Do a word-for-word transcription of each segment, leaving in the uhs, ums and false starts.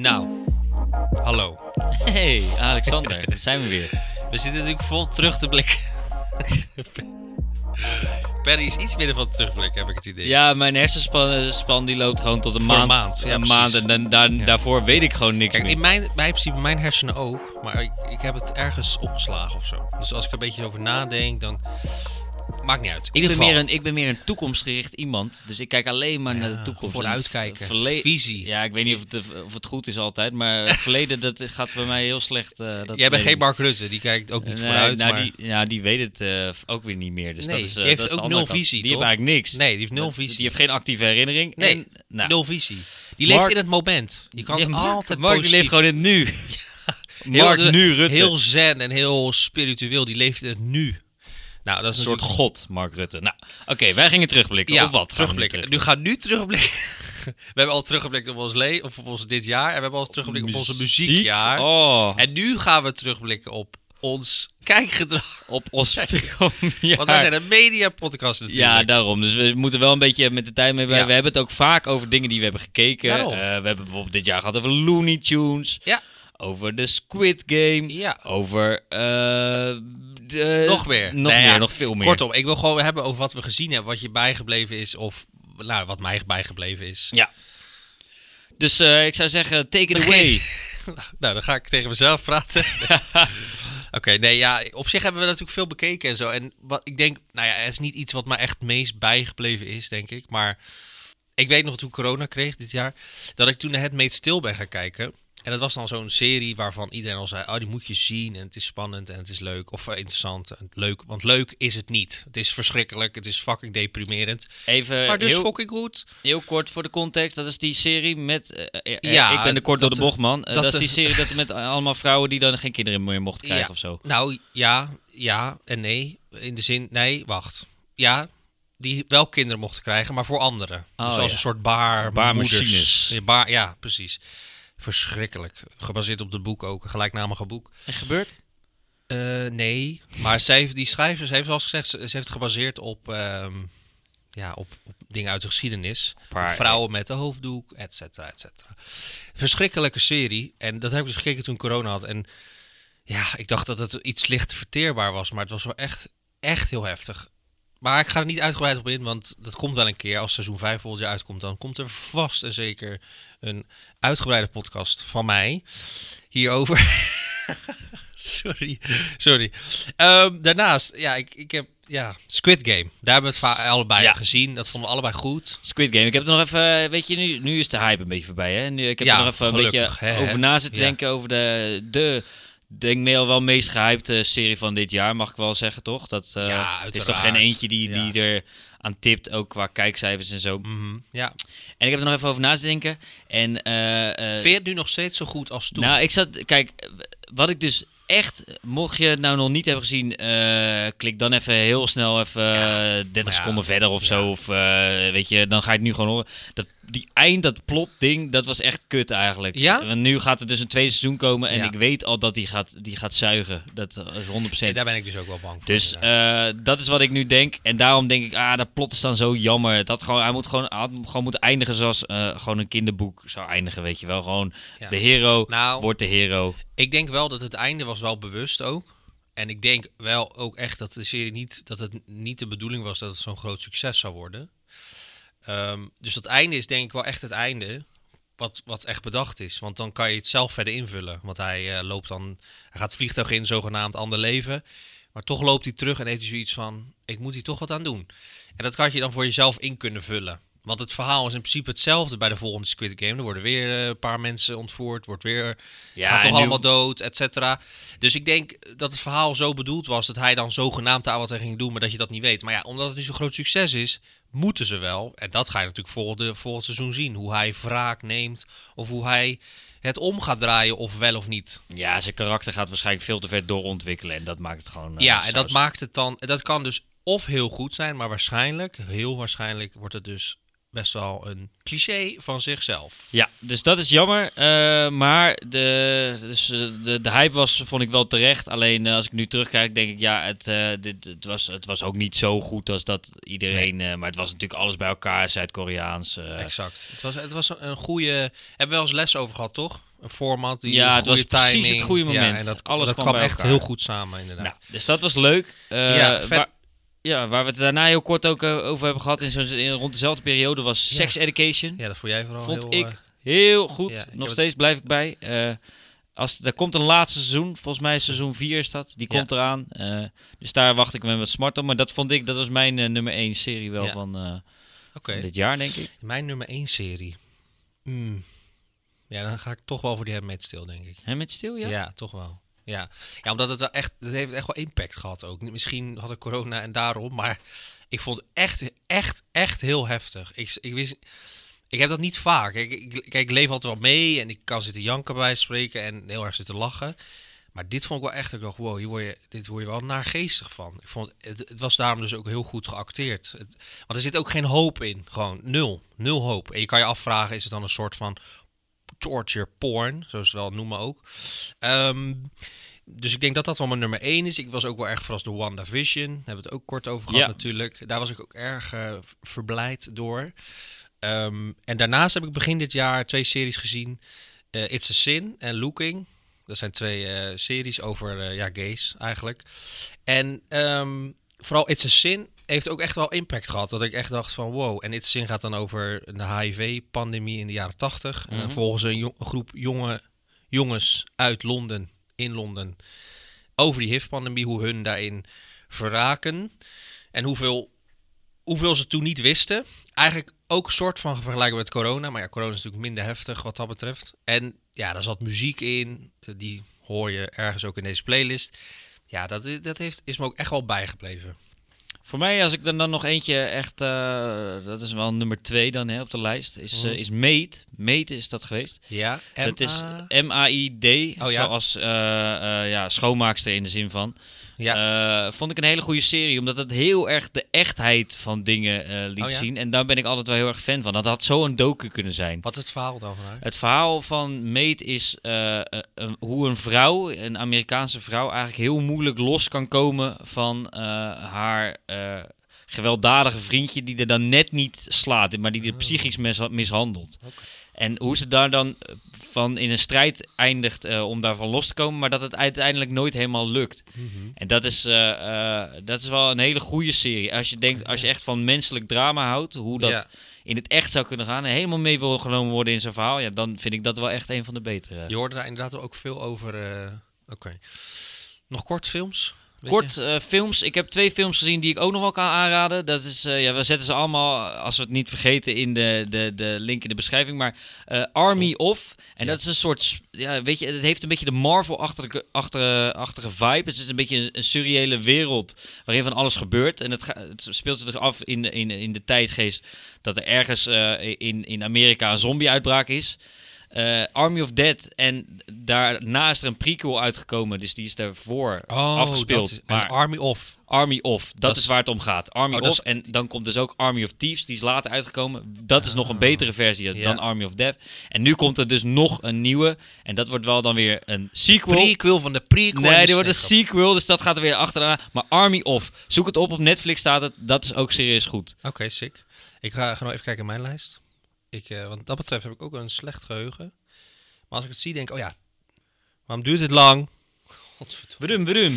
Nou, hallo. Hey, Alexander, daar zijn we weer. We zitten natuurlijk vol terug te blikken. Perry is iets minder van het terugblikken, heb ik het idee. Ja, mijn hersenspan span, die loopt gewoon tot een Voor maand. een maand, ja, een precies. maand en dan, daar, Ja. daarvoor weet ik gewoon niks Kijk, meer. in mijn, bij principe mijn hersenen ook, maar ik, ik heb het ergens opgeslagen of zo. Dus als ik er een beetje over nadenk, dan maakt niet uit. In ik, ieder ben geval, meer een, ik ben meer een toekomstgericht iemand, dus ik kijk alleen maar naar de toekomst. vooruitkijken, En verle- visie. Ja, ik weet niet of het, of het goed is altijd, maar het verleden dat gaat bij mij heel slecht. Uh, dat Jij bent geen weet Mark Rutte, die kijkt ook niet Nee, vooruit. nou, maar... die, ja, die weet het uh, ook weer niet meer. Dus Nee, dat is, uh, die heeft dat is de ook andere nul kant. visie, Die toch? heeft eigenlijk niks. Nee, die heeft nul Dat- visie. Die heeft geen actieve herinnering. Nee, en, nou, nul visie. Die Mark- leeft in het moment. Je kan Ja, het Mark- altijd Mark die positief... leeft gewoon in het nu. Heel Mark de- nu Rutte. Heel zen en heel spiritueel. Die leeft in het nu. Nou, dat is Een soort natuurlijk- god, Mark Rutte. Nou, oké, okay, wij gingen terugblikken. Ja, Op wat? terugblikken. Nu gaan nu terugblikken. We hebben al teruggeblikt op ons le- of op ons dit jaar. En we hebben al teruggeblikt op onze Muziek? muziekjaar. Oh, En nu gaan we terugblikken op ons kijkgedrag. op ons Want filmjaar. wij zijn een media-podcast natuurlijk. Ja, daarom. Dus we moeten wel een beetje met de tijd mee bij. Ja. We hebben het ook vaak over dingen die we hebben gekeken. Daarom. Uh, we hebben bijvoorbeeld dit jaar gehad over Looney Tunes. Ja. Over de Squid Game. Ja. Over... Uh, de, Nog meer. Nog Nou meer, ja, nog veel meer. Kortom, ik wil gewoon hebben over wat we gezien hebben. Wat je bijgebleven is. Of nou, wat mij bijgebleven is. Ja. Dus uh, ik zou zeggen, take it away. Nou, dan ga ik tegen mezelf praten. Oké, okay, nee, ja, op zich hebben we natuurlijk veel bekeken en zo. En wat ik denk, nou ja, het is niet iets wat me echt het meest bijgebleven is, denk ik. Maar ik weet nog toen ik corona kreeg dit jaar, dat ik toen naar Handmaid's Tale ben gaan kijken. En dat was dan zo'n serie waarvan iedereen al zei, oh, die moet je zien en het is spannend en het is leuk. Of uh, interessant en leuk, want leuk is het niet. Het is verschrikkelijk, het is fucking deprimerend. Even Maar dus heel, fucking goed. heel kort voor de context. Dat is die serie met... Uh, uh, Ja, ik ben de kort dat door de bocht, man. Uh, dat dat is die de- serie dat met allemaal vrouwen die dan geen kinderen meer mochten krijgen Ja. of zo. Nou, ja, ja en nee. In de zin, nee, wacht. Ja, die wel kinderen mochten krijgen, maar voor anderen. Oh, dus als ja. een soort baar, Baarmachines. moeders. Ja, baar, ja, precies. Verschrikkelijk. Gebaseerd op het boek ook, een gelijknamige boek. En gebeurt? Uh, nee, maar zij heeft, die schrijver, ze heeft zoals gezegd, ze, ze heeft het gebaseerd op, um, ja, op, op dingen uit de geschiedenis. Paar, op vrouwen met de hoofddoek, et cetera, et cetera. Verschrikkelijke serie. En dat heb ik dus gekeken toen ik corona had. En ja, ik dacht dat het iets licht verteerbaar was, maar het was wel echt, echt heel heftig. Maar ik ga er niet uitgebreid op in, want dat komt wel een keer. Als seizoen vijf volgend jaar uitkomt, dan komt er vast en zeker een uitgebreide podcast van mij hierover. sorry, sorry. Um, daarnaast, ja, ik, ik heb, ja, Squid Game. Daar hebben we het va- allebei Ja. gezien. Dat vonden we allebei goed. Squid Game. Ik heb er nog even... Weet je, nu, nu is de hype een beetje voorbij, hè? Nu, ik heb Ja, er nog even een gelukkig, beetje hè, hè. over na zitten Ja. denken. Over de... de denk me wel meest gehypte serie van dit jaar, mag ik wel zeggen, toch? Dat uh, Ja, het is toch geen uiteraard. eentje die, die Ja. er aan tipt, ook qua kijkcijfers en zo. Mm-hmm, ja. En ik heb er nog even over na te denken. En, uh, uh, Vind je het nu nog steeds zo goed als toen? Nou, ik zat... Kijk, wat ik dus echt... Mocht je het nou nog niet hebben gezien, uh, klik dan even heel snel even Ja, uh, dertig maar ja, seconden verder of ja. zo. Of uh, weet je, dan ga je het nu gewoon horen. Dat, die eind, dat plot ding, dat was echt kut eigenlijk. Ja? Want nu gaat er dus een tweede seizoen komen en Ja. ik weet al dat die gaat, die gaat zuigen. Dat is honderd Nee, procent. daar ben ik dus ook wel bang voor. Dus inderdaad. uh, dat is wat ik nu denk. En daarom denk ik, ah, dat plot is dan zo jammer. Het had gewoon, hij moet gewoon, hij had gewoon moeten eindigen zoals uh, gewoon een kinderboek zou eindigen, weet je wel. Gewoon Ja. de hero Nou, wordt de hero. ik denk wel dat het einde was wel bewust ook. En ik denk wel ook echt dat de serie niet, dat het niet de bedoeling was dat het zo'n groot succes zou worden. Um, dus dat einde is denk ik wel echt het einde wat, wat echt bedacht is. Want dan kan je het zelf verder invullen. Want hij uh, loopt dan, hij gaat het vliegtuig in, zogenaamd ander leven. Maar toch loopt hij terug en heeft hij zoiets van, ik moet hier toch wat aan doen. En dat kan je dan voor jezelf in kunnen vullen. Want het verhaal is in principe hetzelfde bij de volgende Squid Game. Er worden weer uh, een paar mensen ontvoerd, wordt weer, Ja, gaat toch en nu- allemaal dood, et cetera. Dus ik denk dat het verhaal zo bedoeld was dat hij dan zogenaamd daar wat aan ging doen, maar dat je dat niet weet. Maar ja, omdat het nu zo'n groot succes is, moeten ze wel. En dat ga je natuurlijk volgende, volgend seizoen zien. Hoe hij wraak neemt of hoe hij het om gaat draaien of wel of niet. Ja, zijn karakter gaat waarschijnlijk veel te ver doorontwikkelen. En dat maakt het gewoon... uh, ja, en saus. dat maakt het dan, dat kan dus of heel goed zijn, maar waarschijnlijk, heel waarschijnlijk wordt het dus best wel een cliché van zichzelf. Ja, dus dat is jammer. Uh, maar de, dus de, de hype was, vond ik wel terecht. Alleen uh, als ik nu terugkijk, denk ik, ja, het, uh, dit, het, was, het was ook niet zo goed als dat iedereen... Nee. Uh, maar het was natuurlijk alles bij elkaar, Zuid-Koreaans. Uh. Exact. Het was, het was een goede... Hebben we wel eens les over gehad, toch? Een format, die ja, het was timing. Precies het goede moment. Ja, en dat, alles dat kwam, kwam bij echt elkaar. heel goed samen, inderdaad. Nou, dus dat was leuk. Uh, ja, vet... waar, ja, waar we het daarna heel kort ook uh, over hebben gehad in, zo, in rond dezelfde periode was ja. Sex Education. Ja, dat vond jij vooral Vond heel... ik uh... heel goed. Ja, Nog steeds het... blijf ik bij. Uh, als, er komt een laatste seizoen. Volgens mij is seizoen vier is dat. Die ja. komt eraan. Uh, dus daar wacht ik met wat smart op. Maar dat vond ik, dat was mijn uh, nummer één serie wel ja. van, uh, okay. van dit jaar, denk ik. Mijn nummer één serie. Mm. Ja, dan ga ik toch wel voor die Handmaid's Tale, denk ik. Handmaid's Tale, ja? Ja, toch wel. Ja. ja, omdat het wel echt, het heeft echt wel impact gehad ook. Misschien had ik corona en daarom, maar ik vond het echt, echt, echt heel heftig. Ik, ik wist, ik heb dat niet vaak. Ik, ik, kijk, ik leef altijd wel mee en ik kan zitten janken bij spreken en heel erg zitten lachen. Maar dit vond ik wel echt, ik dacht, wow, hier word je, dit word je wel naargeestig van. Ik vond het, het was daarom dus ook heel goed geacteerd. Het, want er zit ook geen hoop in, gewoon nul, nul hoop. En je kan je afvragen, is het dan een soort van torture porn, zoals ze het wel noemen ook. Um, dus ik denk dat dat wel mijn nummer één is. Ik was ook wel erg verrast door WandaVision. Daar hebben we het ook kort over gehad ja. natuurlijk. Daar was ik ook erg uh, verblijd door. Um, en daarnaast heb ik begin dit jaar twee series gezien. Uh, It's a Sin en Looking. Dat zijn twee uh, series over uh, ja, gays eigenlijk. En um, vooral It's a Sin heeft ook echt wel impact gehad. Dat ik echt dacht van wow. En It's a Sin gaat dan over de H I V-pandemie in de jaren tachtig. Mm-hmm. En volgens een, jo- een groep jonge jongens uit Londen, in Londen, over die H I V-pandemie, hoe hun daarin verraken. En hoeveel, hoeveel ze toen niet wisten. Eigenlijk ook een soort van vergelijken met corona. Maar ja, corona is natuurlijk minder heftig wat dat betreft. En ja, daar zat muziek in. Die hoor je ergens ook in deze playlist. Ja, dat, dat heeft, is me ook echt wel bijgebleven. Voor mij, als ik er dan nog eentje echt... Uh, dat is wel nummer twee dan hè, op de lijst. Is, uh, is Mate. Mate is dat geweest. Ja. Dat is M A I D. Oh, ja. Zoals uh, uh, ja, schoonmaakster in de zin van. Ja. Uh, vond ik een hele goede serie. Omdat het heel erg de echtheid van dingen uh, liet oh, ja? zien. En daar ben ik altijd wel heel erg fan van. Dat had zo een docu kunnen zijn. Wat is het verhaal dan vanuit? Het verhaal van Mate is uh, uh, uh, hoe een vrouw, een Amerikaanse vrouw, eigenlijk heel moeilijk los kan komen van uh, haar... Uh, gewelddadige vriendje die er dan net niet slaat, maar die er psychisch mis- mishandelt. Okay. En hoe ze daar dan van in een strijd eindigt uh, om daarvan los te komen, maar dat het uiteindelijk nooit helemaal lukt. Mm-hmm. En dat is, uh, uh, dat is wel een hele goede serie. Als je denkt, als je echt van menselijk drama houdt, hoe dat ja. in het echt zou kunnen gaan en helemaal mee wil genomen worden in zijn verhaal, ja, dan vind ik dat wel echt een van de betere. Je hoorde daar inderdaad ook veel over. Uh, Oké. Okay. Nog kort films? Kort uh, films. Ik heb twee films gezien die ik ook nog wel kan aanraden. Dat is, uh, ja, we zetten ze allemaal, als we het niet vergeten, in de, de, de link in de beschrijving. Maar uh, Army of. En ja. dat is een soort, ja, weet je, het heeft een beetje de Marvel-achtige achtige, achtige vibe. Het is een beetje een, een surreële wereld waarin van alles gebeurt. En het, ga, het speelt zich af in, in, in de tijdgeest dat er ergens uh, in, in Amerika een zombie-uitbraak is. Uh, Army of Dead. En daarna is er een prequel uitgekomen. Dus die is daarvoor oh, afgespeeld. Is, maar Army of. Army of. Dat, dat is waar het om gaat. Army oh, of. Is... En dan komt dus ook Army of Thieves. Die is later uitgekomen. Dat ah, is nog een betere versie ja. dan Army of Death. En nu komt er dus nog een nieuwe. En dat wordt wel dan weer een sequel. Prequel van de prequel. Nee, die wordt een sequel. Dus dat gaat er weer achteraan. Maar Army of. Zoek het op op Netflix staat het. Dat is ook serieus goed. Oké, okay, sick. Ik ga, ga nog even kijken in mijn lijst. Ik, uh, wat dat betreft heb ik ook een slecht geheugen. Maar als ik het zie, denk ik, oh ja, waarom duurt het lang? Waarom, waarom?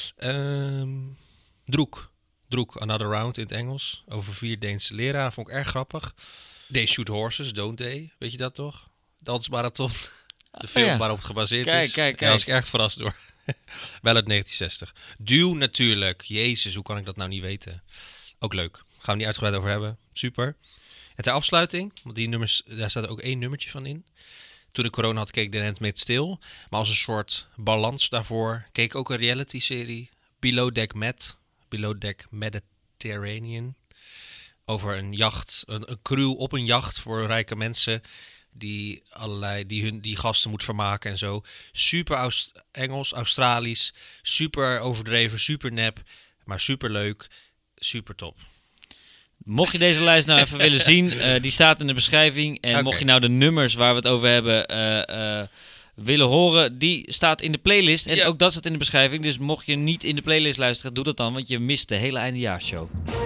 Um, Droek. Droek, Another Round in het Engels. Over vier Deense leraren. Vond ik erg grappig. They Shoot Horses, Don't They? Weet je dat toch? Dansmarathon. De film oh ja. waarop het gebaseerd kijk, is. Kijk, kijk, Daar was ik erg verrast door. Wel uit negentien zestig. Dune natuurlijk. Jezus, hoe kan ik dat nou niet weten? Ook leuk. Gaan we niet uitgebreid over hebben. Super. En ter afsluiting, want die nummers, daar staat ook één nummertje van in. Toen ik corona had, keek ik The Handmaid's Tale. Maar als een soort balans daarvoor keek ik ook een reality-serie. Below Deck Med. Below Deck Mediterranean. Over een jacht, een, een crew op een jacht voor rijke mensen. Die allerlei, die hun die gasten moet vermaken en zo. Super Aust- Engels, Australisch. Super overdreven, super nep. Maar super leuk. Super top. Mocht je deze lijst nou even willen zien, uh, die staat in de beschrijving. En Okay. mocht je nou de nummers waar we het over hebben uh, uh, willen horen, die staat in de playlist. En ja. ook dat staat in de beschrijving. Dus mocht je niet in de playlist luisteren, doe dat dan, want je mist de hele eindejaarsshow.